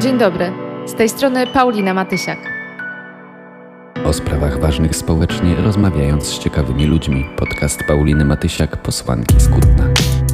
Dzień dobry, z tej strony Paulina Matysiak. O sprawach ważnych społecznie rozmawiając z ciekawymi ludźmi. Podcast Pauliny Matysiak, posłanki z Kutna.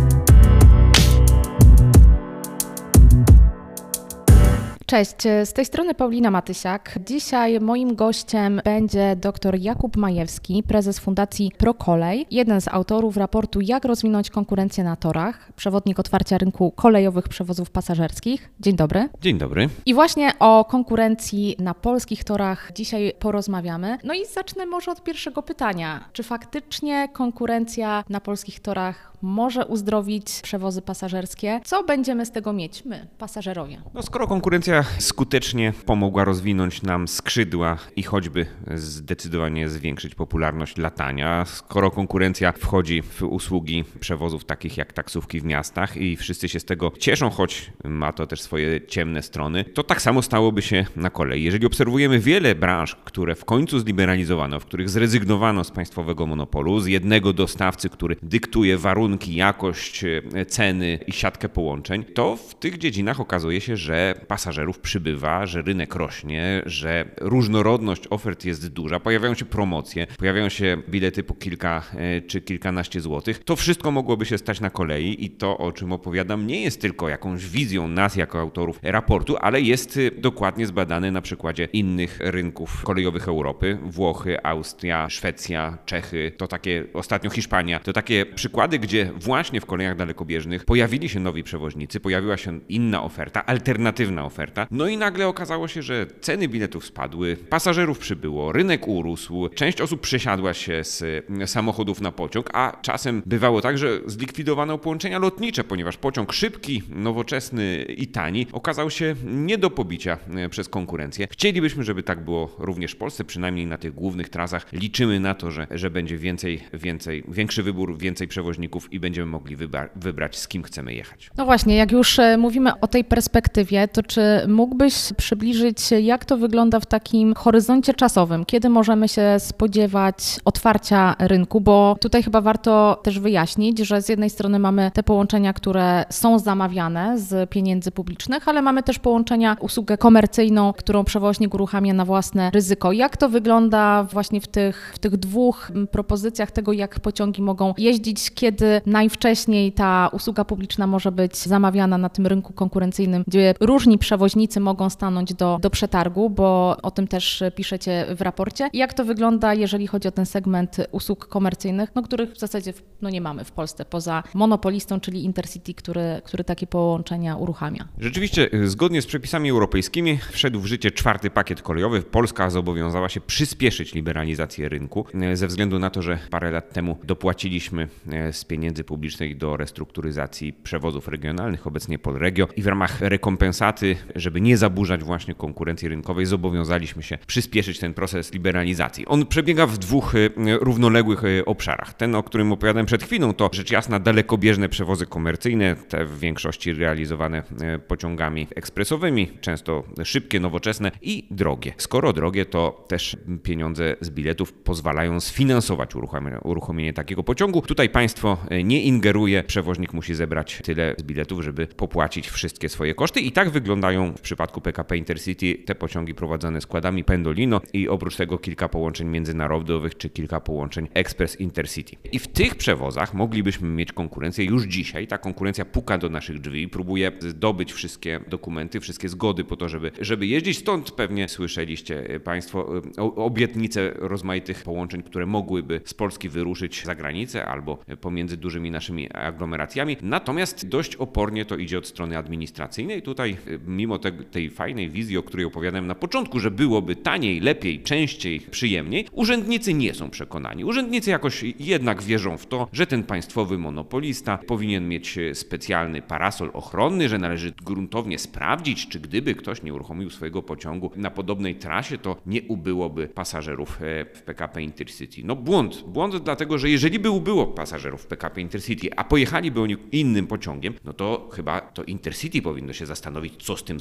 Cześć, z tej strony Paulina Matysiak. Dzisiaj moim gościem będzie dr Jakub Majewski, prezes Fundacji ProKolej, jeden z autorów raportu Jak rozwinąć konkurencję na torach, przewodnik otwarcia rynku kolejowych przewozów pasażerskich. Dzień dobry. Dzień dobry. I właśnie o konkurencji na polskich torach dzisiaj porozmawiamy. No i zacznę może od pierwszego pytania. Czy faktycznie konkurencja na polskich torach może uzdrowić przewozy pasażerskie? Co będziemy z tego mieć my, pasażerowie? No skoro konkurencja skutecznie pomogła rozwinąć nam skrzydła i choćby zdecydowanie zwiększyć popularność latania, skoro konkurencja wchodzi w usługi przewozów takich jak taksówki w miastach i wszyscy się z tego cieszą, choć ma to też swoje ciemne strony, to tak samo stałoby się na kolei. Jeżeli obserwujemy wiele branż, które w końcu zliberalizowano, w których zrezygnowano z państwowego monopolu, z jednego dostawcy, który dyktuje warunki, jakość, ceny i siatkę połączeń, to w tych dziedzinach okazuje się, że pasażerów przybywa, że rynek rośnie, że różnorodność ofert jest duża, pojawiają się promocje, pojawiają się bilety po kilka czy kilkanaście złotych. To wszystko mogłoby się stać na kolei i to, o czym opowiadam, nie jest tylko jakąś wizją nas jako autorów raportu, ale jest dokładnie zbadane na przykładzie innych rynków kolejowych Europy. Włochy, Austria, Szwecja, Czechy, to takie ostatnio Hiszpania. To takie przykłady, gdzie właśnie w kolejach dalekobieżnych pojawili się nowi przewoźnicy, pojawiła się inna oferta, alternatywna oferta. No i nagle okazało się, że ceny biletów spadły, pasażerów przybyło, rynek urósł, część osób przesiadła się z samochodów na pociąg, a czasem bywało tak, że zlikwidowano połączenia lotnicze, ponieważ pociąg szybki, nowoczesny i tani okazał się nie do pobicia przez konkurencję. Chcielibyśmy, żeby tak było również w Polsce, przynajmniej na tych głównych trasach. Liczymy na to, że będzie większy wybór, więcej przewoźników i będziemy mogli wybrać, z kim chcemy jechać. No właśnie, jak już mówimy o tej perspektywie, to czy mógłbyś przybliżyć, jak to wygląda w takim horyzoncie czasowym? Kiedy możemy się spodziewać otwarcia rynku? Bo tutaj chyba warto też wyjaśnić, że z jednej strony mamy te połączenia, które są zamawiane z pieniędzy publicznych, ale mamy też połączenia, usługę komercyjną, którą przewoźnik uruchamia na własne ryzyko. Jak to wygląda właśnie w tych dwóch propozycjach tego, jak pociągi mogą jeździć, kiedy najwcześniej ta usługa publiczna może być zamawiana na tym rynku konkurencyjnym, gdzie różni przewoźnicy mogą stanąć do przetargu, bo o tym też piszecie w raporcie. Jak to wygląda, jeżeli chodzi o ten segment usług komercyjnych, których w zasadzie nie mamy w Polsce, poza monopolistą, czyli Intercity, który takie połączenia uruchamia? Rzeczywiście, zgodnie z przepisami europejskimi wszedł w życie 4. pakiet kolejowy. Polska zobowiązała się przyspieszyć liberalizację rynku ze względu na to, że parę lat temu dopłaciliśmy z pieniędzy publicznych do restrukturyzacji przewozów regionalnych, obecnie Polregio, i w ramach rekompensaty, żeby nie zaburzać właśnie konkurencji rynkowej, zobowiązaliśmy się przyspieszyć ten proces liberalizacji. On przebiega w dwóch równoległych obszarach. Ten, o którym opowiadałem przed chwilą, to rzecz jasna dalekobieżne przewozy komercyjne, te w większości realizowane pociągami ekspresowymi, często szybkie, nowoczesne i drogie. Skoro drogie, to też pieniądze z biletów pozwalają sfinansować uruchomienie takiego pociągu. Tutaj państwo nie ingeruje, przewoźnik musi zebrać tyle z biletów, żeby popłacić wszystkie swoje koszty i tak wyglądają w przypadku PKP Intercity te pociągi prowadzone składami Pendolino i oprócz tego kilka połączeń międzynarodowych czy kilka połączeń Express Intercity. I w tych przewozach moglibyśmy mieć konkurencję już dzisiaj. Ta konkurencja puka do naszych drzwi, próbuje zdobyć wszystkie dokumenty, wszystkie zgody po to, żeby jeździć. Stąd pewnie słyszeliście państwo obietnice rozmaitych połączeń, które mogłyby z Polski wyruszyć za granicę albo pomiędzy dużymi naszymi aglomeracjami. Natomiast dość opornie to idzie od strony administracyjnej. Tutaj mimo tej fajnej wizji, o której opowiadałem na początku, że byłoby taniej, lepiej, częściej, przyjemniej, urzędnicy nie są przekonani. Urzędnicy jakoś jednak wierzą w to, że ten państwowy monopolista powinien mieć specjalny parasol ochronny, że należy gruntownie sprawdzić, czy gdyby ktoś nie uruchomił swojego pociągu na podobnej trasie, to nie ubyłoby pasażerów w PKP Intercity. No błąd, dlatego, że jeżeli by ubyło pasażerów w PKP Intercity, a pojechaliby oni innym pociągiem, no to chyba to Intercity powinno się zastanowić, co z tym zrobić.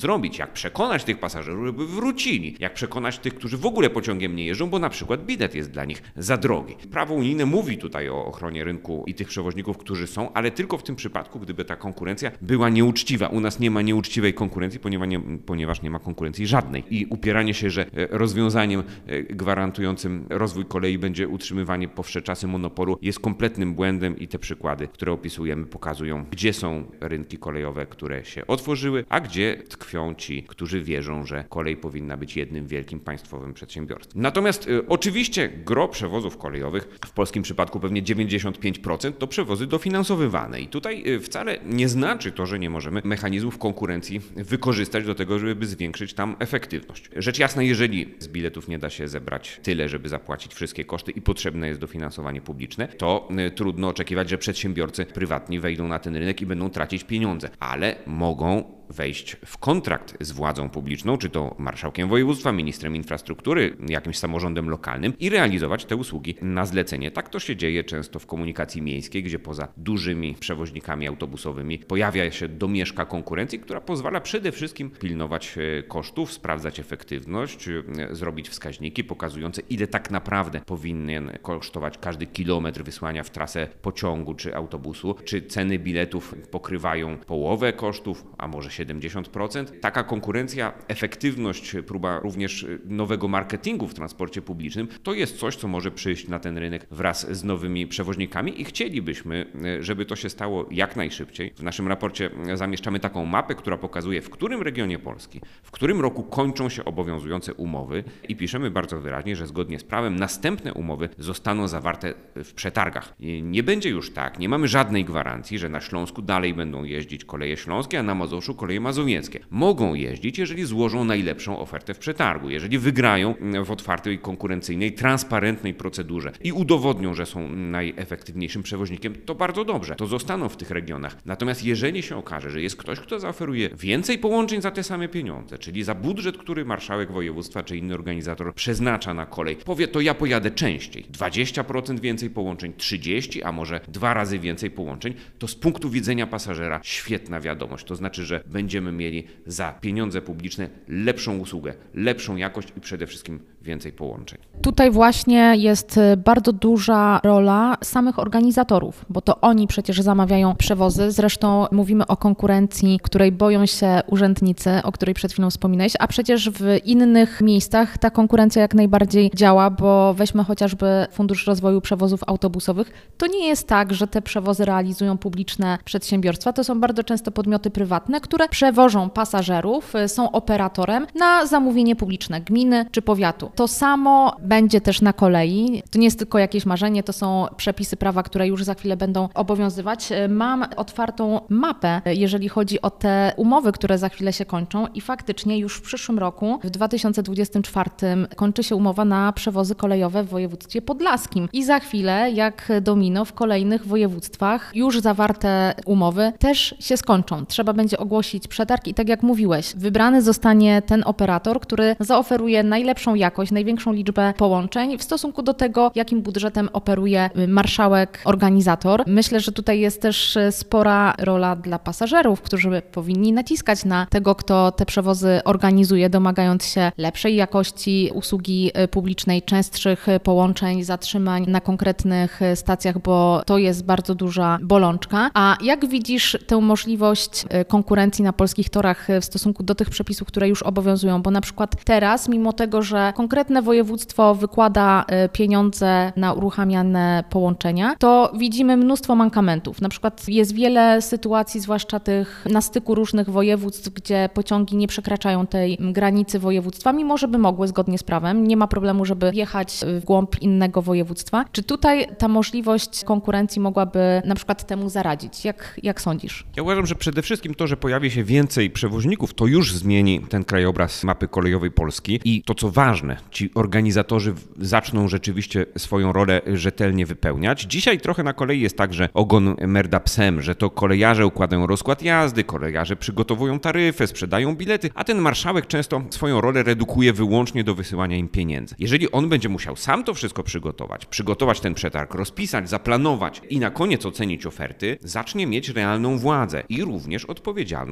zrobić, jak przekonać tych pasażerów, żeby wrócili, jak przekonać tych, którzy w ogóle pociągiem nie jeżdżą, bo na przykład bilet jest dla nich za drogi. Prawo unijne mówi tutaj o ochronie rynku i tych przewoźników, którzy są, ale tylko w tym przypadku, gdyby ta konkurencja była nieuczciwa. U nas nie ma nieuczciwej konkurencji, ponieważ nie ma konkurencji żadnej. I upieranie się, że rozwiązaniem gwarantującym rozwój kolei będzie utrzymywanie po wsze czasy monopolu, jest kompletnym błędem i te przykłady, które opisujemy, pokazują, gdzie są rynki kolejowe, które się otworzyły, a gdzie tkwią ci, którzy wierzą, że kolej powinna być jednym wielkim państwowym przedsiębiorstwem. Natomiast oczywiście gros przewozów kolejowych, w polskim przypadku pewnie 95%, to przewozy dofinansowywane. I tutaj wcale nie znaczy to, że nie możemy mechanizmów konkurencji wykorzystać do tego, żeby zwiększyć tam efektywność. Rzecz jasna, jeżeli z biletów nie da się zebrać tyle, żeby zapłacić wszystkie koszty i potrzebne jest dofinansowanie publiczne, to trudno oczekiwać, że przedsiębiorcy prywatni wejdą na ten rynek i będą tracić pieniądze, ale mogą wejść w kontrakt z władzą publiczną, czy to marszałkiem województwa, ministrem infrastruktury, jakimś samorządem lokalnym i realizować te usługi na zlecenie. Tak to się dzieje często w komunikacji miejskiej, gdzie poza dużymi przewoźnikami autobusowymi pojawia się domieszka konkurencji, która pozwala przede wszystkim pilnować kosztów, sprawdzać efektywność, zrobić wskaźniki pokazujące, ile tak naprawdę powinien kosztować każdy kilometr wysłania w trasę pociągu czy autobusu, czy ceny biletów pokrywają połowę kosztów, a może 70%. Taka konkurencja, efektywność, próba również nowego marketingu w transporcie publicznym, to jest coś, co może przyjść na ten rynek wraz z nowymi przewoźnikami i chcielibyśmy, żeby to się stało jak najszybciej. W naszym raporcie zamieszczamy taką mapę, która pokazuje, w którym regionie Polski, w którym roku kończą się obowiązujące umowy i piszemy bardzo wyraźnie, że zgodnie z prawem następne umowy zostaną zawarte w przetargach. Nie będzie już tak, nie mamy żadnej gwarancji, że na Śląsku dalej będą jeździć koleje śląskie, a na Mazowszu koleje mazowieckie. Mogą jeździć, jeżeli złożą najlepszą ofertę w przetargu, jeżeli wygrają w otwartej, konkurencyjnej, transparentnej procedurze i udowodnią, że są najefektywniejszym przewoźnikiem, to bardzo dobrze, to zostaną w tych regionach. Natomiast jeżeli się okaże, że jest ktoś, kto zaoferuje więcej połączeń za te same pieniądze, czyli za budżet, który marszałek województwa czy inny organizator przeznacza na kolej, powie, to ja pojadę częściej, 20% więcej połączeń, 30%, a może 2 razy więcej połączeń, to z punktu widzenia pasażera świetna wiadomość. To znaczy, że będziemy mieli za pieniądze publiczne lepszą usługę, lepszą jakość i przede wszystkim więcej połączeń. Tutaj właśnie jest bardzo duża rola samych organizatorów, bo to oni przecież zamawiają przewozy. Zresztą mówimy o konkurencji, której boją się urzędnicy, o której przed chwilą wspominałeś, a przecież w innych miejscach ta konkurencja jak najbardziej działa, bo weźmy chociażby Fundusz Rozwoju Przewozów Autobusowych. To nie jest tak, że te przewozy realizują publiczne przedsiębiorstwa. To są bardzo często podmioty prywatne, które przewożą pasażerów, są operatorem na zamówienie publiczne gminy czy powiatu. To samo będzie też na kolei. To nie jest tylko jakieś marzenie, to są przepisy prawa, które już za chwilę będą obowiązywać. Mam otwartą mapę, jeżeli chodzi o te umowy, które za chwilę się kończą i faktycznie już w przyszłym roku, w 2024 kończy się umowa na przewozy kolejowe w województwie podlaskim. I za chwilę, jak domino, w kolejnych województwach już zawarte umowy też się skończą. Trzeba będzie ogłosić przetarg i tak jak mówiłeś, wybrany zostanie ten operator, który zaoferuje najlepszą jakość, największą liczbę połączeń w stosunku do tego, jakim budżetem operuje marszałek, organizator. Myślę, że tutaj jest też spora rola dla pasażerów, którzy powinni naciskać na tego, kto te przewozy organizuje, domagając się lepszej jakości usługi publicznej, częstszych połączeń, zatrzymań na konkretnych stacjach, bo to jest bardzo duża bolączka. A jak widzisz tę możliwość konkurencji na polskich torach w stosunku do tych przepisów, które już obowiązują? Bo na przykład teraz, mimo tego, że konkretne województwo wykłada pieniądze na uruchamiane połączenia, to widzimy mnóstwo mankamentów. Na przykład jest wiele sytuacji, zwłaszcza tych na styku różnych województw, gdzie pociągi nie przekraczają tej granicy województwa, mimo że by mogły zgodnie z prawem. Nie ma problemu, żeby jechać w głąb innego województwa. Czy tutaj ta możliwość konkurencji mogłaby na przykład temu zaradzić? Jak sądzisz? Ja uważam, że przede wszystkim to, że pojawi się więcej przewoźników, to już zmieni ten krajobraz mapy kolejowej Polski i to, co ważne, ci organizatorzy zaczną rzeczywiście swoją rolę rzetelnie wypełniać. Dzisiaj trochę na kolei jest tak, że ogon merda psem, że to kolejarze układają rozkład jazdy, kolejarze przygotowują taryfę, sprzedają bilety, a ten marszałek często swoją rolę redukuje wyłącznie do wysyłania im pieniędzy. Jeżeli on będzie musiał sam to wszystko przygotować ten przetarg, rozpisać, zaplanować i na koniec ocenić oferty, zacznie mieć realną władzę i również odpowiedzialność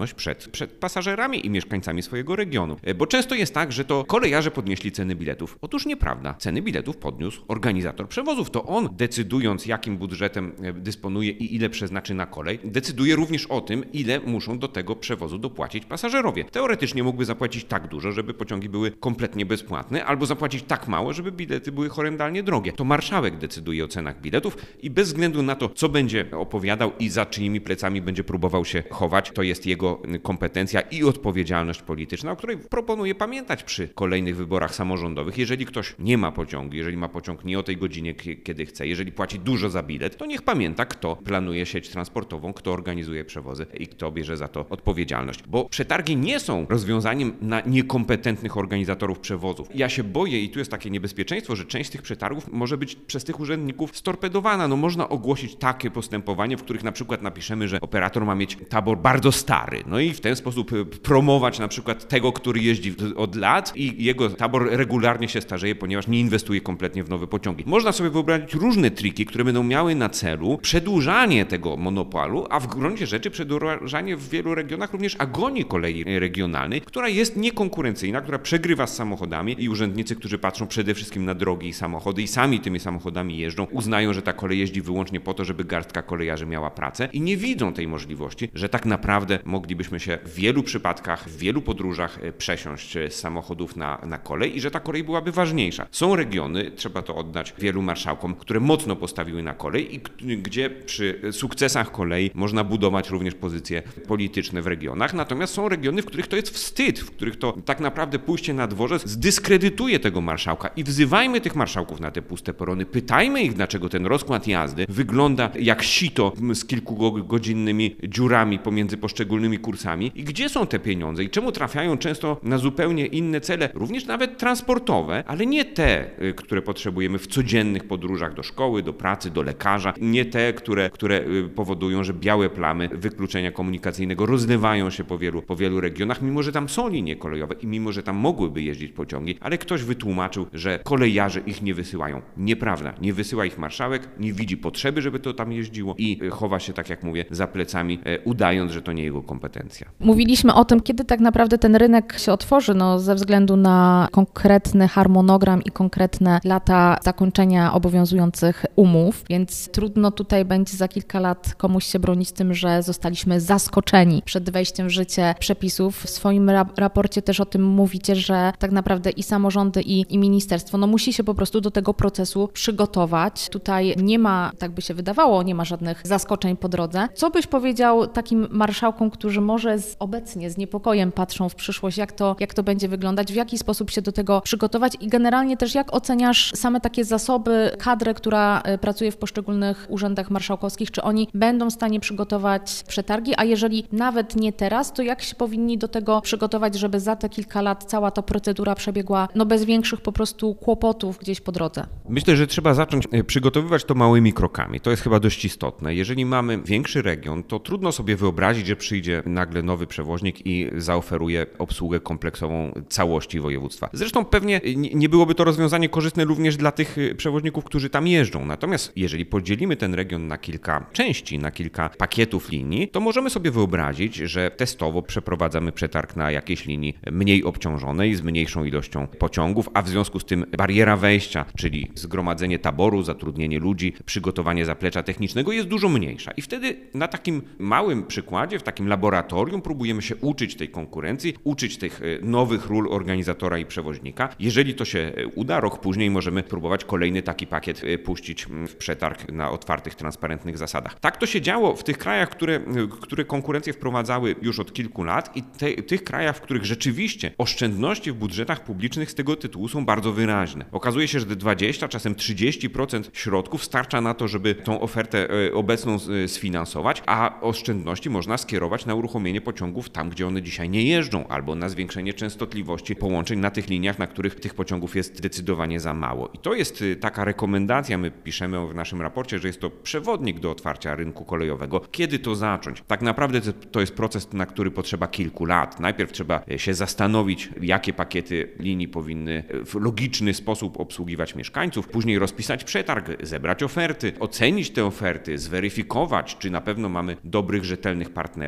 odpowiedzialność przed pasażerami i mieszkańcami swojego regionu. Bo często jest tak, że to kolejarze podnieśli ceny biletów. Otóż nieprawda. Ceny biletów podniósł organizator przewozów. To on, decydując jakim budżetem dysponuje i ile przeznaczy na kolej, decyduje również o tym, ile muszą do tego przewozu dopłacić pasażerowie. Teoretycznie mógłby zapłacić tak dużo, żeby pociągi były kompletnie bezpłatne, albo zapłacić tak mało, żeby bilety były horrendalnie drogie. To marszałek decyduje o cenach biletów i bez względu na to, co będzie opowiadał i za czyimi plecami będzie próbował się chować, to jest jego kompetencja i odpowiedzialność polityczna, o której proponuję pamiętać przy kolejnych wyborach samorządowych. Jeżeli ktoś nie ma pociągu, jeżeli ma pociąg nie o tej godzinie, kiedy chce, jeżeli płaci dużo za bilet, to niech pamięta, kto planuje sieć transportową, kto organizuje przewozy i kto bierze za to odpowiedzialność. Bo przetargi nie są rozwiązaniem na niekompetentnych organizatorów przewozów. Ja się boję i tu jest takie niebezpieczeństwo, że część z tych przetargów może być przez tych urzędników storpedowana. No można ogłosić takie postępowanie, w których na przykład napiszemy, że operator ma mieć tabor bardzo stary. No i w ten sposób promować na przykład tego, który jeździ od lat i jego tabor regularnie się starzeje, ponieważ nie inwestuje kompletnie w nowe pociągi. Można sobie wyobrazić różne triki, które będą miały na celu przedłużanie tego monopolu, a w gruncie rzeczy przedłużanie w wielu regionach również agonii kolei regionalnej, która jest niekonkurencyjna, która przegrywa z samochodami i urzędnicy, którzy patrzą przede wszystkim na drogi i samochody i sami tymi samochodami jeżdżą, uznają, że ta kolej jeździ wyłącznie po to, żeby garstka kolejarzy miała pracę i nie widzą tej możliwości, że tak naprawdę moglibyśmy się w wielu przypadkach, w wielu podróżach przesiąść z samochodów na kolej i że ta kolej byłaby ważniejsza. Są regiony, trzeba to oddać wielu marszałkom, które mocno postawiły na kolej i gdzie przy sukcesach kolei można budować również pozycje polityczne w regionach, natomiast są regiony, w których to jest wstyd, w których to tak naprawdę pójście na dworzec zdyskredytuje tego marszałka i wzywajmy tych marszałków na te puste perony, pytajmy ich, dlaczego ten rozkład jazdy wygląda jak sito z kilkugodzinnymi dziurami pomiędzy poszczególnymi kursami i gdzie są te pieniądze i czemu trafiają często na zupełnie inne cele, również nawet transportowe, ale nie te, które potrzebujemy w codziennych podróżach do szkoły, do pracy, do lekarza, nie te, które powodują, że białe plamy wykluczenia komunikacyjnego rozlewają się po wielu regionach, mimo że tam są linie kolejowe i mimo że tam mogłyby jeździć pociągi, ale ktoś wytłumaczył, że kolejarze ich nie wysyłają. Nieprawda, nie wysyła ich marszałek, nie widzi potrzeby, żeby to tam jeździło i chowa się, tak jak mówię, za plecami, udając, że to nie jego kompetencja. Mówiliśmy o tym, kiedy tak naprawdę ten rynek się otworzy, ze względu na konkretny harmonogram i konkretne lata zakończenia obowiązujących umów, więc trudno tutaj będzie za kilka lat komuś się bronić tym, że zostaliśmy zaskoczeni przed wejściem w życie przepisów. W swoim raporcie też o tym mówicie, że tak naprawdę i samorządy, i ministerstwo musi się po prostu do tego procesu przygotować. Tutaj nie ma, tak by się wydawało, nie ma żadnych zaskoczeń po drodze. Co byś powiedział takim marszałkom, którzy może obecnie z niepokojem patrzą w przyszłość, jak to będzie wyglądać, w jaki sposób się do tego przygotować i generalnie też jak oceniasz same takie zasoby, kadrę, która pracuje w poszczególnych urzędach marszałkowskich, czy oni będą w stanie przygotować przetargi, a jeżeli nawet nie teraz, to jak się powinni do tego przygotować, żeby za te kilka lat cała ta procedura przebiegła bez większych po prostu kłopotów gdzieś po drodze? Myślę, że trzeba zacząć przygotowywać to małymi krokami. To jest chyba dość istotne. Jeżeli mamy większy region, to trudno sobie wyobrazić, że przyjdzie nagle nowy przewoźnik i zaoferuje obsługę kompleksową całości województwa. Zresztą pewnie nie byłoby to rozwiązanie korzystne również dla tych przewoźników, którzy tam jeżdżą. Natomiast jeżeli podzielimy ten region na kilka części, na kilka pakietów linii, to możemy sobie wyobrazić, że testowo przeprowadzamy przetarg na jakiejś linii mniej obciążonej, z mniejszą ilością pociągów, a w związku z tym bariera wejścia, czyli zgromadzenie taboru, zatrudnienie ludzi, przygotowanie zaplecza technicznego jest dużo mniejsza. I wtedy na takim małym przykładzie, w takim laboratorium próbujemy się uczyć tej konkurencji, uczyć tych nowych ról organizatora i przewoźnika. Jeżeli to się uda, rok później możemy próbować kolejny taki pakiet puścić w przetarg na otwartych, transparentnych zasadach. Tak to się działo w tych krajach, które konkurencję wprowadzały już od kilku lat i tych krajach, w których rzeczywiście oszczędności w budżetach publicznych z tego tytułu są bardzo wyraźne. Okazuje się, że 20, czasem 30% środków starcza na to, żeby tą ofertę obecną sfinansować, a oszczędności można skierować na uruchomienie pociągów tam, gdzie one dzisiaj nie jeżdżą, albo na zwiększenie częstotliwości połączeń na tych liniach, na których tych pociągów jest zdecydowanie za mało. I to jest taka rekomendacja, my piszemy w naszym raporcie, że jest to przewodnik do otwarcia rynku kolejowego. Kiedy to zacząć? Tak naprawdę to jest proces, na który potrzeba kilku lat. Najpierw trzeba się zastanowić, jakie pakiety linii powinny w logiczny sposób obsługiwać mieszkańców, później rozpisać przetarg, zebrać oferty, ocenić te oferty, zweryfikować, czy na pewno mamy dobrych, rzetelnych partnerów.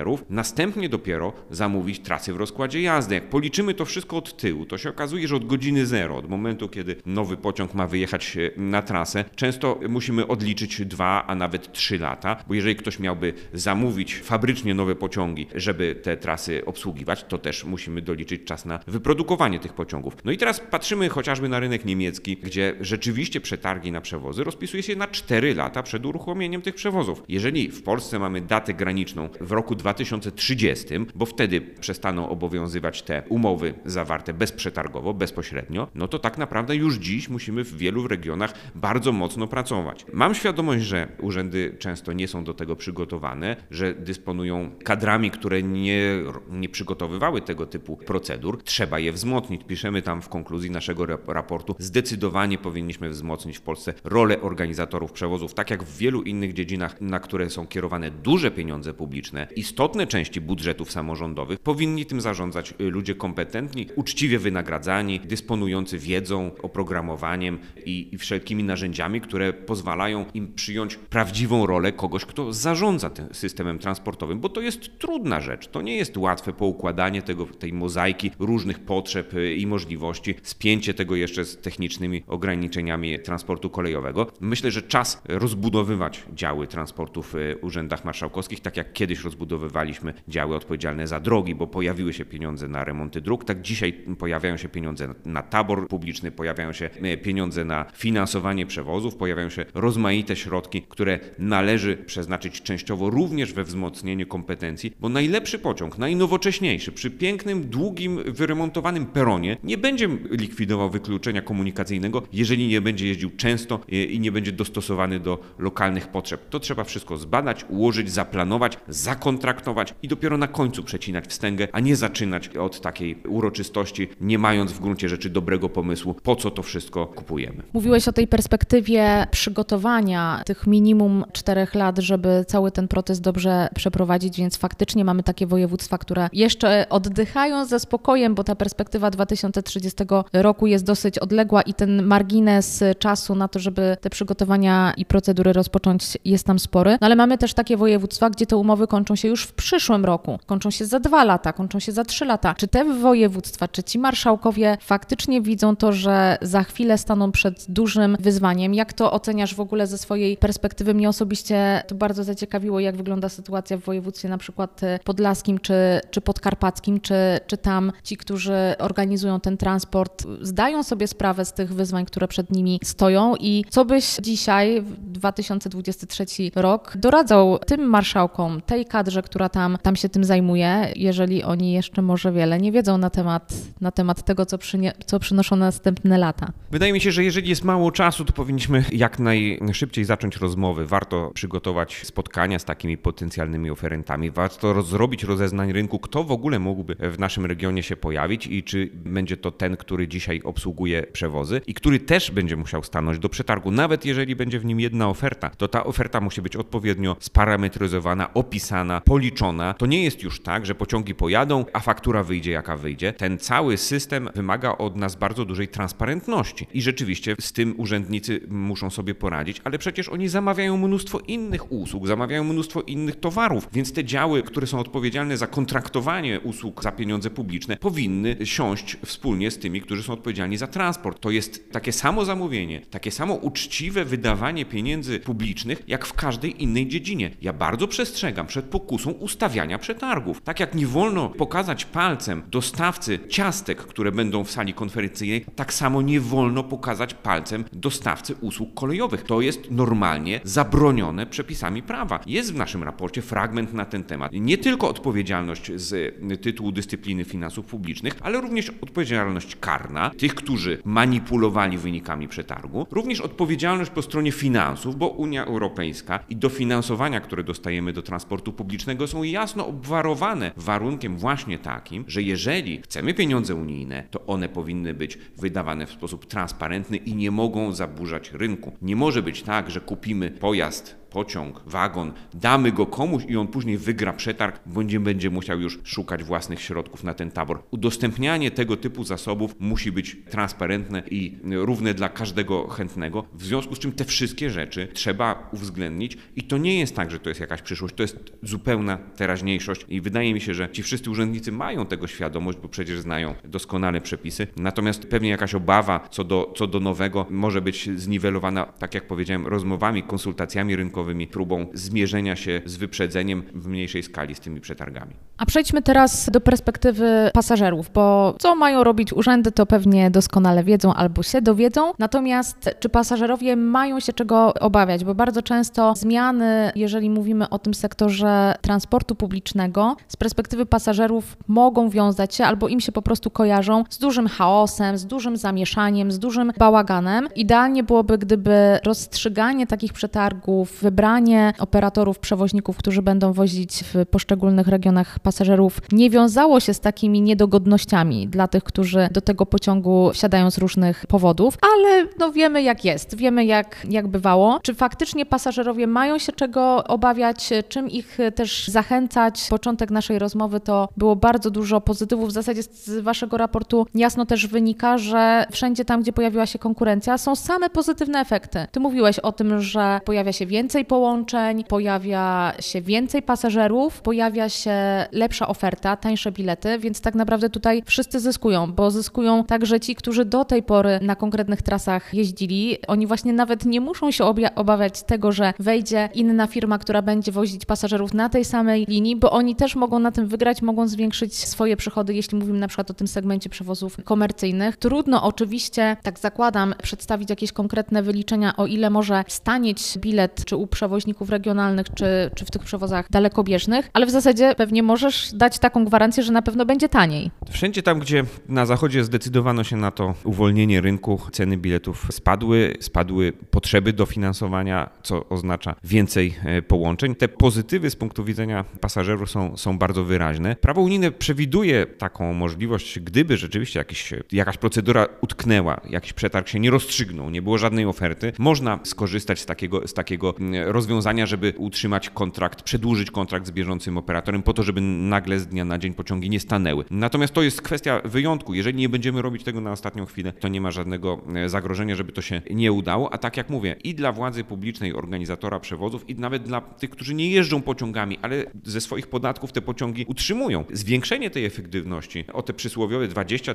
następnie dopiero zamówić trasy w rozkładzie jazdy. Jak policzymy to wszystko od tyłu, to się okazuje, że od godziny 0, od momentu, kiedy nowy pociąg ma wyjechać na trasę, często musimy odliczyć 2, a nawet 3 lata, bo jeżeli ktoś miałby zamówić fabrycznie nowe pociągi, żeby te trasy obsługiwać, to też musimy doliczyć czas na wyprodukowanie tych pociągów. No i teraz patrzymy chociażby na rynek niemiecki, gdzie rzeczywiście przetargi na przewozy rozpisuje się na 4 lata przed uruchomieniem tych przewozów. Jeżeli w Polsce mamy datę graniczną w roku 2030, bo wtedy przestaną obowiązywać te umowy zawarte bezprzetargowo, bezpośrednio, no to tak naprawdę już dziś musimy w wielu regionach bardzo mocno pracować. Mam świadomość, że urzędy często nie są do tego przygotowane, że dysponują kadrami, które nie przygotowywały tego typu procedur. Trzeba je wzmocnić. Piszemy tam w konkluzji naszego raportu, zdecydowanie powinniśmy wzmocnić w Polsce rolę organizatorów przewozów, tak jak w wielu innych dziedzinach, na które są kierowane duże pieniądze publiczne, istotne części budżetów samorządowych, powinni tym zarządzać ludzie kompetentni, uczciwie wynagradzani, dysponujący wiedzą, oprogramowaniem i wszelkimi narzędziami, które pozwalają im przyjąć prawdziwą rolę kogoś, kto zarządza tym systemem transportowym, bo to jest trudna rzecz. To nie jest łatwe poukładanie tej mozaiki różnych potrzeb i możliwości, spięcie tego jeszcze z technicznymi ograniczeniami transportu kolejowego. Myślę, że czas rozbudowywać działy transportu w urzędach marszałkowskich, tak jak kiedyś rozbudowywaliśmy działy odpowiedzialne za drogi, bo pojawiły się pieniądze na remonty dróg, tak dzisiaj pojawiają się pieniądze na tabor publiczny, pojawiają się pieniądze na finansowanie przewozów, pojawiają się rozmaite środki, które należy przeznaczyć częściowo również we wzmocnienie kompetencji, bo najlepszy pociąg, najnowocześniejszy, przy pięknym, długim, wyremontowanym peronie nie będzie likwidował wykluczenia komunikacyjnego, jeżeli nie będzie jeździł często i nie będzie dostosowany do lokalnych potrzeb. To trzeba wszystko zbadać, ułożyć, zaplanować, zakontraktować i dopiero na końcu przecinać wstęgę, a nie zaczynać od takiej uroczystości, nie mając w gruncie rzeczy dobrego pomysłu, po co to wszystko kupujemy. Mówiłeś o tej perspektywie przygotowania tych minimum 4 lat, żeby cały ten proces dobrze przeprowadzić, więc faktycznie mamy takie województwa, które jeszcze oddychają ze spokojem, bo ta perspektywa 2030 roku jest dosyć odległa i ten margines czasu na to, żeby te przygotowania i procedury rozpocząć, jest tam spory. No ale mamy też takie województwa, gdzie te umowy kończą się już w przyszłym roku, kończą się za 2 lata, kończą się za 3 lata. Czy te województwa, czy ci marszałkowie faktycznie widzą to, że za chwilę staną przed dużym wyzwaniem? Jak to oceniasz w ogóle ze swojej perspektywy? Mnie osobiście to bardzo zaciekawiło, jak wygląda sytuacja w województwie na przykład podlaskim czy podkarpackim, czy tam ci, którzy organizują ten transport, zdają sobie sprawę z tych wyzwań, które przed nimi stoją i co byś dzisiaj, w 2023 rok, doradzał tym marszałkom, tej kadrze, która tam się tym zajmuje, jeżeli oni jeszcze może wiele nie wiedzą na temat tego, co przynoszą następne lata? Wydaje mi się, że jeżeli jest mało czasu, to powinniśmy jak najszybciej zacząć rozmowy. Warto przygotować spotkania z takimi potencjalnymi oferentami. Warto zrobić rozeznań rynku, kto w ogóle mógłby w naszym regionie się pojawić i czy będzie to ten, który dzisiaj obsługuje przewozy i który też będzie musiał stanąć do przetargu. Nawet jeżeli będzie w nim jedna oferta, to ta oferta musi być odpowiednio sparametryzowana, opisana, policzona. To nie jest już tak, że pociągi pojadą, a faktura wyjdzie jaka wyjdzie. Ten cały system wymaga od nas bardzo dużej transparentności i rzeczywiście z tym urzędnicy muszą sobie poradzić, ale przecież oni zamawiają mnóstwo innych usług, zamawiają mnóstwo innych towarów, więc te działy, które są odpowiedzialne za kontraktowanie usług za pieniądze publiczne, powinny siąść wspólnie z tymi, którzy są odpowiedzialni za transport. To jest takie samo zamówienie, takie samo uczciwe wydawanie pieniędzy publicznych, jak w każdej innej dziedzinie. Ja bardzo przestrzegam przed pokusą ustawiania przetargów. Tak jak nie wolno pokazać palcem dostawcy ciastek, które będą w sali konferencyjnej, tak samo nie wolno pokazać palcem dostawcy usług kolejowych. To jest normalnie zabronione przepisami prawa. Jest w naszym raporcie fragment na ten temat. Nie tylko odpowiedzialność z tytułu dyscypliny finansów publicznych, ale również odpowiedzialność karna tych, którzy manipulowali wynikami przetargu, również odpowiedzialność po stronie finansów, bo Unia Europejska i dofinansowania, które dostajemy do transportu publicznego, są jasno obwarowane warunkiem właśnie takim, że jeżeli chcemy pieniądze unijne, to one powinny być wydawane w sposób transparentny i nie mogą zaburzać rynku. Nie może być tak, że kupimy pojazd pociąg, wagon, damy go komuś i on później wygra przetarg, będzie musiał już szukać własnych środków na ten tabor. Udostępnianie tego typu zasobów musi być transparentne i równe dla każdego chętnego, w związku z czym te wszystkie rzeczy trzeba uwzględnić i to nie jest tak, że to jest jakaś przyszłość, to jest zupełna teraźniejszość i wydaje mi się, że ci wszyscy urzędnicy mają tego świadomość, bo przecież znają doskonale przepisy, natomiast pewnie jakaś obawa co do nowego może być zniwelowana, tak jak powiedziałem, rozmowami, konsultacjami rynkowymi, próbą zmierzenia się z wyprzedzeniem w mniejszej skali z tymi przetargami. A przejdźmy teraz do perspektywy pasażerów, bo co mają robić urzędy, to pewnie doskonale wiedzą albo się dowiedzą. Natomiast czy pasażerowie mają się czego obawiać? Bo bardzo często zmiany, jeżeli mówimy o tym sektorze transportu publicznego, z perspektywy pasażerów mogą wiązać się albo im się po prostu kojarzą z dużym chaosem, z dużym zamieszaniem, z dużym bałaganem. Idealnie byłoby, gdyby rozstrzyganie takich przetargów, wybranie operatorów, przewoźników, którzy będą wozić w poszczególnych regionach pasażerów, nie wiązało się z takimi niedogodnościami dla tych, którzy do tego pociągu wsiadają z różnych powodów, ale wiemy jak jest, wiemy jak bywało. Czy faktycznie pasażerowie mają się czego obawiać, czym ich też zachęcać? Początek naszej rozmowy to było bardzo dużo pozytywów. W zasadzie z waszego raportu jasno też wynika, że wszędzie tam, gdzie pojawiła się konkurencja, są same pozytywne efekty. Ty mówiłeś o tym, że pojawia się więcej połączeń, pojawia się więcej pasażerów, pojawia się lepsza oferta, tańsze bilety, więc tak naprawdę tutaj wszyscy zyskują, bo zyskują także ci, którzy do tej pory na konkretnych trasach jeździli. Oni właśnie nawet nie muszą się obawiać tego, że wejdzie inna firma, która będzie wozić pasażerów na tej samej linii, bo oni też mogą na tym wygrać, mogą zwiększyć swoje przychody, jeśli mówimy na przykład o tym segmencie przewozów komercyjnych. Trudno oczywiście, tak zakładam, przedstawić jakieś konkretne wyliczenia, o ile może stanieć bilet, czy u przewoźników regionalnych, czy w tych przewozach dalekobieżnych, ale w zasadzie pewnie możesz dać taką gwarancję, że na pewno będzie taniej. Wszędzie tam, gdzie na zachodzie zdecydowano się na to uwolnienie rynku, ceny biletów spadły potrzeby dofinansowania, co oznacza więcej połączeń. Te pozytywy z punktu widzenia pasażerów są bardzo wyraźne. Prawo unijne przewiduje taką możliwość, gdyby rzeczywiście jakaś procedura utknęła, jakiś przetarg się nie rozstrzygnął, nie było żadnej oferty, można skorzystać z takiego rozwiązania, żeby utrzymać kontrakt, przedłużyć kontrakt z bieżącym operatorem po to, żeby nagle z dnia na dzień pociągi nie stanęły. Natomiast to jest kwestia wyjątku. Jeżeli nie będziemy robić tego na ostatnią chwilę, to nie ma żadnego zagrożenia, żeby to się nie udało. A tak jak mówię, i dla władzy publicznej, organizatora przewozów, i nawet dla tych, którzy nie jeżdżą pociągami, ale ze swoich podatków te pociągi utrzymują. Zwiększenie tej efektywności o te przysłowiowe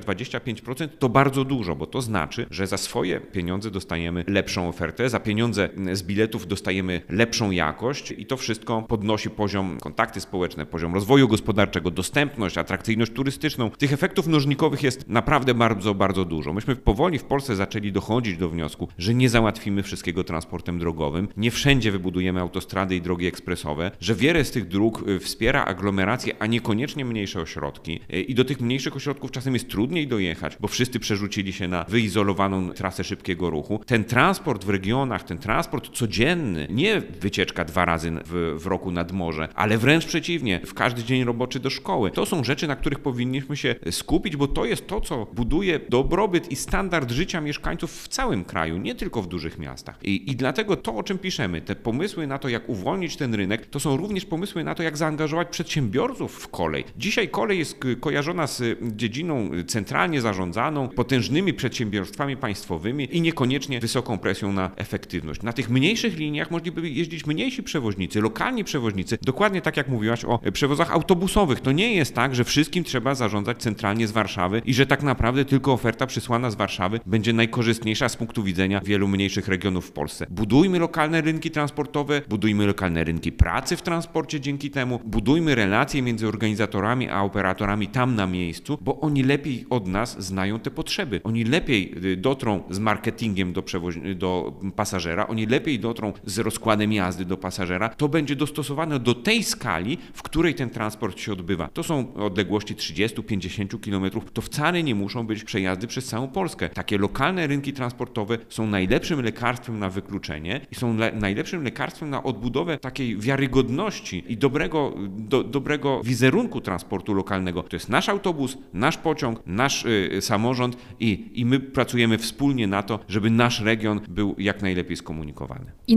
20-25% to bardzo dużo, bo to znaczy, że za swoje pieniądze dostajemy lepszą ofertę, za pieniądze z biletów dostajemy lepszą jakość i to wszystko podnosi poziom kontakty społeczne, poziom rozwoju gospodarczego, dostępność, atrakcyjność turystyczną. Tych efektów mnożnikowych jest naprawdę bardzo, bardzo dużo. Myśmy powoli w Polsce zaczęli dochodzić do wniosku, że nie załatwimy wszystkiego transportem drogowym, nie wszędzie wybudujemy autostrady i drogi ekspresowe, że wiele z tych dróg wspiera aglomeracje, a niekoniecznie mniejsze ośrodki i do tych mniejszych ośrodków czasem jest trudniej dojechać, bo wszyscy przerzucili się na wyizolowaną trasę szybkiego ruchu. Ten transport w regionach, ten transport codzienny, nie wycieczka 2 razy w roku nad morze, ale wręcz przeciwnie, w każdy dzień roboczy do szkoły. To są rzeczy, na których powinniśmy się skupić, bo to jest to, co buduje dobrobyt i standard życia mieszkańców w całym kraju, nie tylko w dużych miastach. I dlatego to, o czym piszemy, te pomysły na to, jak uwolnić ten rynek, to są również pomysły na to, jak zaangażować przedsiębiorców w kolej. Dzisiaj kolej jest kojarzona z dziedziną centralnie zarządzaną, potężnymi przedsiębiorstwami państwowymi i niekoniecznie wysoką presją na efektywność. Na tych mniejszych liniach mogliby jeździć mniejsi przewoźnicy, lokalni przewoźnicy. Dokładnie tak jak mówiłaś o przewozach autobusowych. To nie jest tak, że wszystkim trzeba zarządzać centralnie z Warszawy i że tak naprawdę tylko oferta przysłana z Warszawy będzie najkorzystniejsza z punktu widzenia wielu mniejszych regionów w Polsce. Budujmy lokalne rynki transportowe, budujmy lokalne rynki pracy w transporcie dzięki temu, budujmy relacje między organizatorami a operatorami tam na miejscu, bo oni lepiej od nas znają te potrzeby. Oni lepiej dotrą z marketingiem do pasażera, oni lepiej dotrą z rozkładem jazdy do pasażera. To będzie dostosowane do tej skali, w której ten transport się odbywa. To są odległości 30-50 km. To wcale nie muszą być przejazdy przez całą Polskę. Takie lokalne rynki transportowe są najlepszym lekarstwem na wykluczenie i są najlepszym lekarstwem na odbudowę takiej wiarygodności i dobrego wizerunku transportu lokalnego. To jest nasz autobus, nasz pociąg, nasz samorząd i my pracujemy wspólnie na to, żeby nasz region był jak najlepiej skomunikowany. I na koniec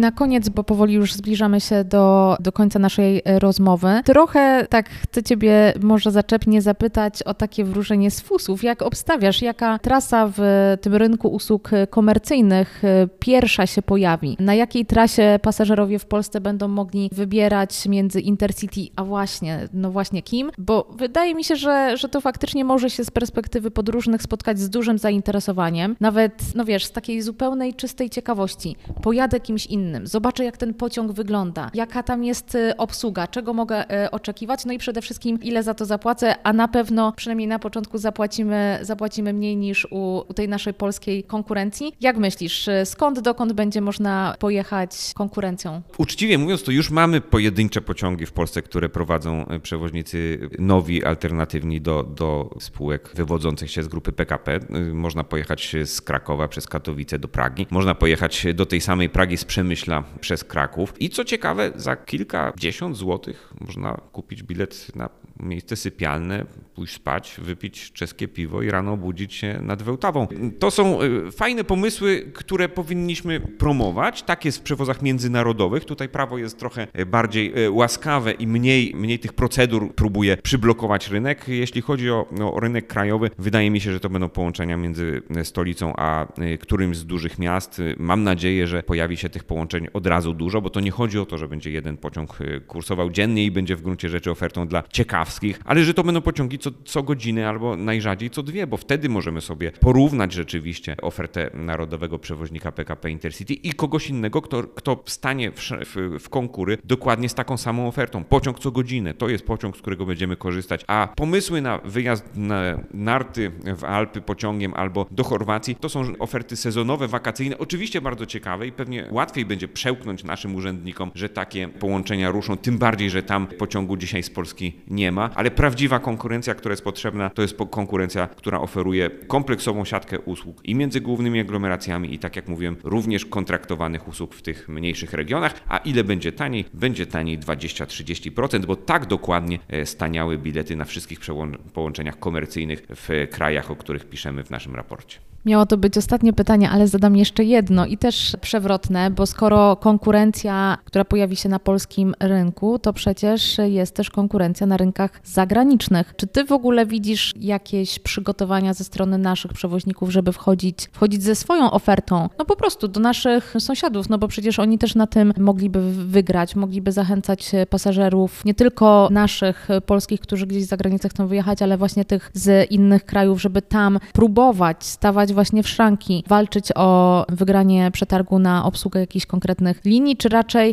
koniec, bo powoli już zbliżamy się do końca naszej rozmowy. Trochę tak chcę Ciebie może zaczepnie zapytać o takie wróżenie z fusów. Jak obstawiasz, jaka trasa w tym rynku usług komercyjnych pierwsza się pojawi? Na jakiej trasie pasażerowie w Polsce będą mogli wybierać między Intercity a właśnie kim? Bo wydaje mi się, że to faktycznie może się z perspektywy podróżnych spotkać z dużym zainteresowaniem. Nawet, z takiej zupełnej, czystej ciekawości. Pojadę kimś innym, zobaczę jak ten pociąg wygląda, jaka tam jest obsługa, czego mogę oczekiwać, no i przede wszystkim ile za to zapłacę, a na pewno przynajmniej na początku zapłacimy mniej niż u tej naszej polskiej konkurencji. Jak myślisz, skąd dokąd będzie można pojechać konkurencją? Uczciwie mówiąc, to już mamy pojedyncze pociągi w Polsce, które prowadzą przewoźnicy nowi, alternatywni do spółek wywodzących się z grupy PKP. Można pojechać z Krakowa przez Katowice do Pragi. Można pojechać do tej samej Pragi z Przemyśla przez Kraków. I co ciekawe, za kilkadziesiąt złotych można kupić bilet na miejsce sypialne, pójść spać, wypić czeskie piwo i rano obudzić się nad Wełtawą. To są fajne pomysły, które powinniśmy promować. Tak jest w przewozach międzynarodowych. Tutaj prawo jest trochę bardziej łaskawe i mniej tych procedur próbuje przyblokować rynek. Jeśli chodzi o rynek krajowy, wydaje mi się, że to będą połączenia między stolicą a którymś z dużych miast. Mam nadzieję, że pojawi się tych połączeń od razu dużo, bo to nie chodzi o to, że będzie jeden pociąg kursował dziennie i będzie w gruncie rzeczy ofertą dla ciekawskich, ale że to będą pociągi co godzinę albo najrzadziej co dwie, bo wtedy możemy sobie porównać rzeczywiście ofertę narodowego przewoźnika PKP Intercity i kogoś innego, kto wstanie w konkury dokładnie z taką samą ofertą. Pociąg co godzinę, to jest pociąg, z którego będziemy korzystać, a pomysły na wyjazd na narty w Alpy pociągiem albo do Chorwacji, to są oferty sezonowe, wakacyjne, oczywiście bardzo ciekawe i pewnie łatwiej będzie przełknąć naszym urzędnikom, że takie połączenia ruszą, tym bardziej, że tam pociągu dzisiaj z Polski nie ma, ale prawdziwa konkurencja, która jest potrzebna, to jest konkurencja, która oferuje kompleksową siatkę usług i między głównymi aglomeracjami i tak jak mówiłem, również kontraktowanych usług w tych mniejszych regionach, a ile będzie taniej? Będzie taniej 20-30%, bo tak dokładnie staniały bilety na wszystkich połączeniach komercyjnych w krajach, o których piszemy w naszym raporcie. Miało to być ostatnie pytanie, ale zadam jeszcze jedno i też przewrotne, bo skoro konkurencja, która pojawi się na polskim rynku, to przecież jest też konkurencja na rynkach zagranicznych. Czy ty w ogóle widzisz jakieś przygotowania ze strony naszych przewoźników, żeby wchodzić ze swoją ofertą, po prostu do naszych sąsiadów, bo przecież oni też na tym mogliby wygrać, mogliby zachęcać pasażerów, nie tylko naszych polskich, którzy gdzieś za granicę chcą wyjechać, ale właśnie tych z innych krajów, żeby tam próbować stawać właśnie w szranki, walczyć o wygranie przetargu na obsługę jakichś konkretnych linii, czy raczej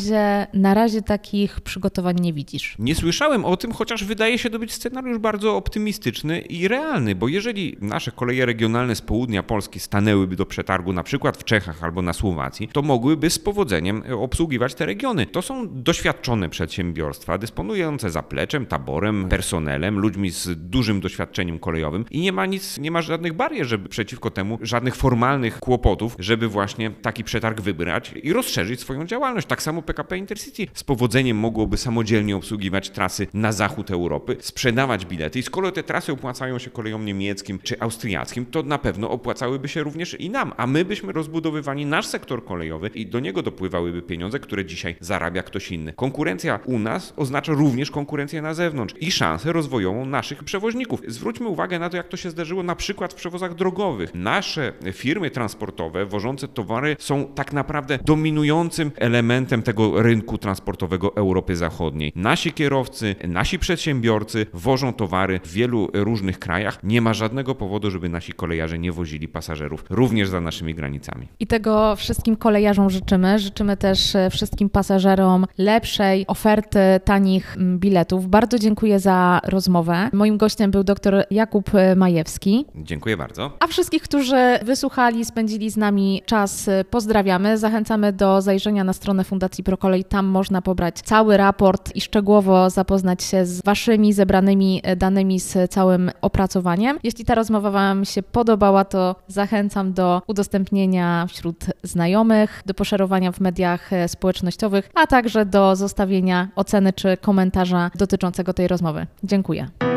na razie takich przygotowań nie widzisz? Nie słyszałem o tym, chociaż wydaje się to być scenariusz bardzo optymistyczny i realny, bo jeżeli nasze koleje regionalne z południa Polski stanęłyby do przetargu na przykład w Czechach albo na Słowacji, to mogłyby z powodzeniem obsługiwać te regiony. To są doświadczone przedsiębiorstwa, dysponujące zapleczem, taborem, personelem, ludźmi z dużym doświadczeniem kolejowym i nie ma żadnych barier, żeby przeciwko temu, żadnych formalnych kłopotów, żeby właśnie taki przetarg wybrać i rozszerzyć swoją działalność. Tak samo PKP Intercity z powodzeniem mogłoby samodzielnie obsługiwać trasy na zachód Europy, sprzedawać bilety i skoro te trasy opłacają się kolejom niemieckim czy austriackim, to na pewno opłacałyby się również i nam, a my byśmy rozbudowywali nasz sektor kolejowy i do niego dopływałyby pieniądze, które dzisiaj zarabia ktoś inny. Konkurencja u nas oznacza również konkurencję na zewnątrz i szansę rozwojową naszych przewoźników. Zwróćmy uwagę na to, jak to się zdarzyło na przykład w przewozach drogowych. Nasze firmy transportowe wożące towary są tak naprawdę dominującym elementem tego rynku transportowego Europy Zachodniej. Nasi kierowcy, nasi przedsiębiorcy wożą towary w wielu różnych krajach. Nie ma żadnego powodu, żeby nasi kolejarze nie wozili pasażerów również za naszymi granicami. I tego wszystkim kolejarzom życzymy. Życzymy też wszystkim pasażerom lepszej oferty tanich biletów. Bardzo dziękuję za rozmowę. Moim gościem był dr Jakub Majewski. Dziękuję bardzo. A wszystkich, którzy wysłuchali, spędzili z nami czas, pozdrawiamy. Zachęcamy do zajrzenia na stronę Fundacji ProColej. Tam można pobrać cały raport i szczegółowo zapoznać się z waszymi zebranymi danymi, z całym opracowaniem. Jeśli ta rozmowa wam się podobała, to zachęcam do udostępnienia wśród znajomych, do poszerowania w mediach społecznościowych, a także do zostawienia oceny czy komentarza dotyczącego tej rozmowy. Dziękuję.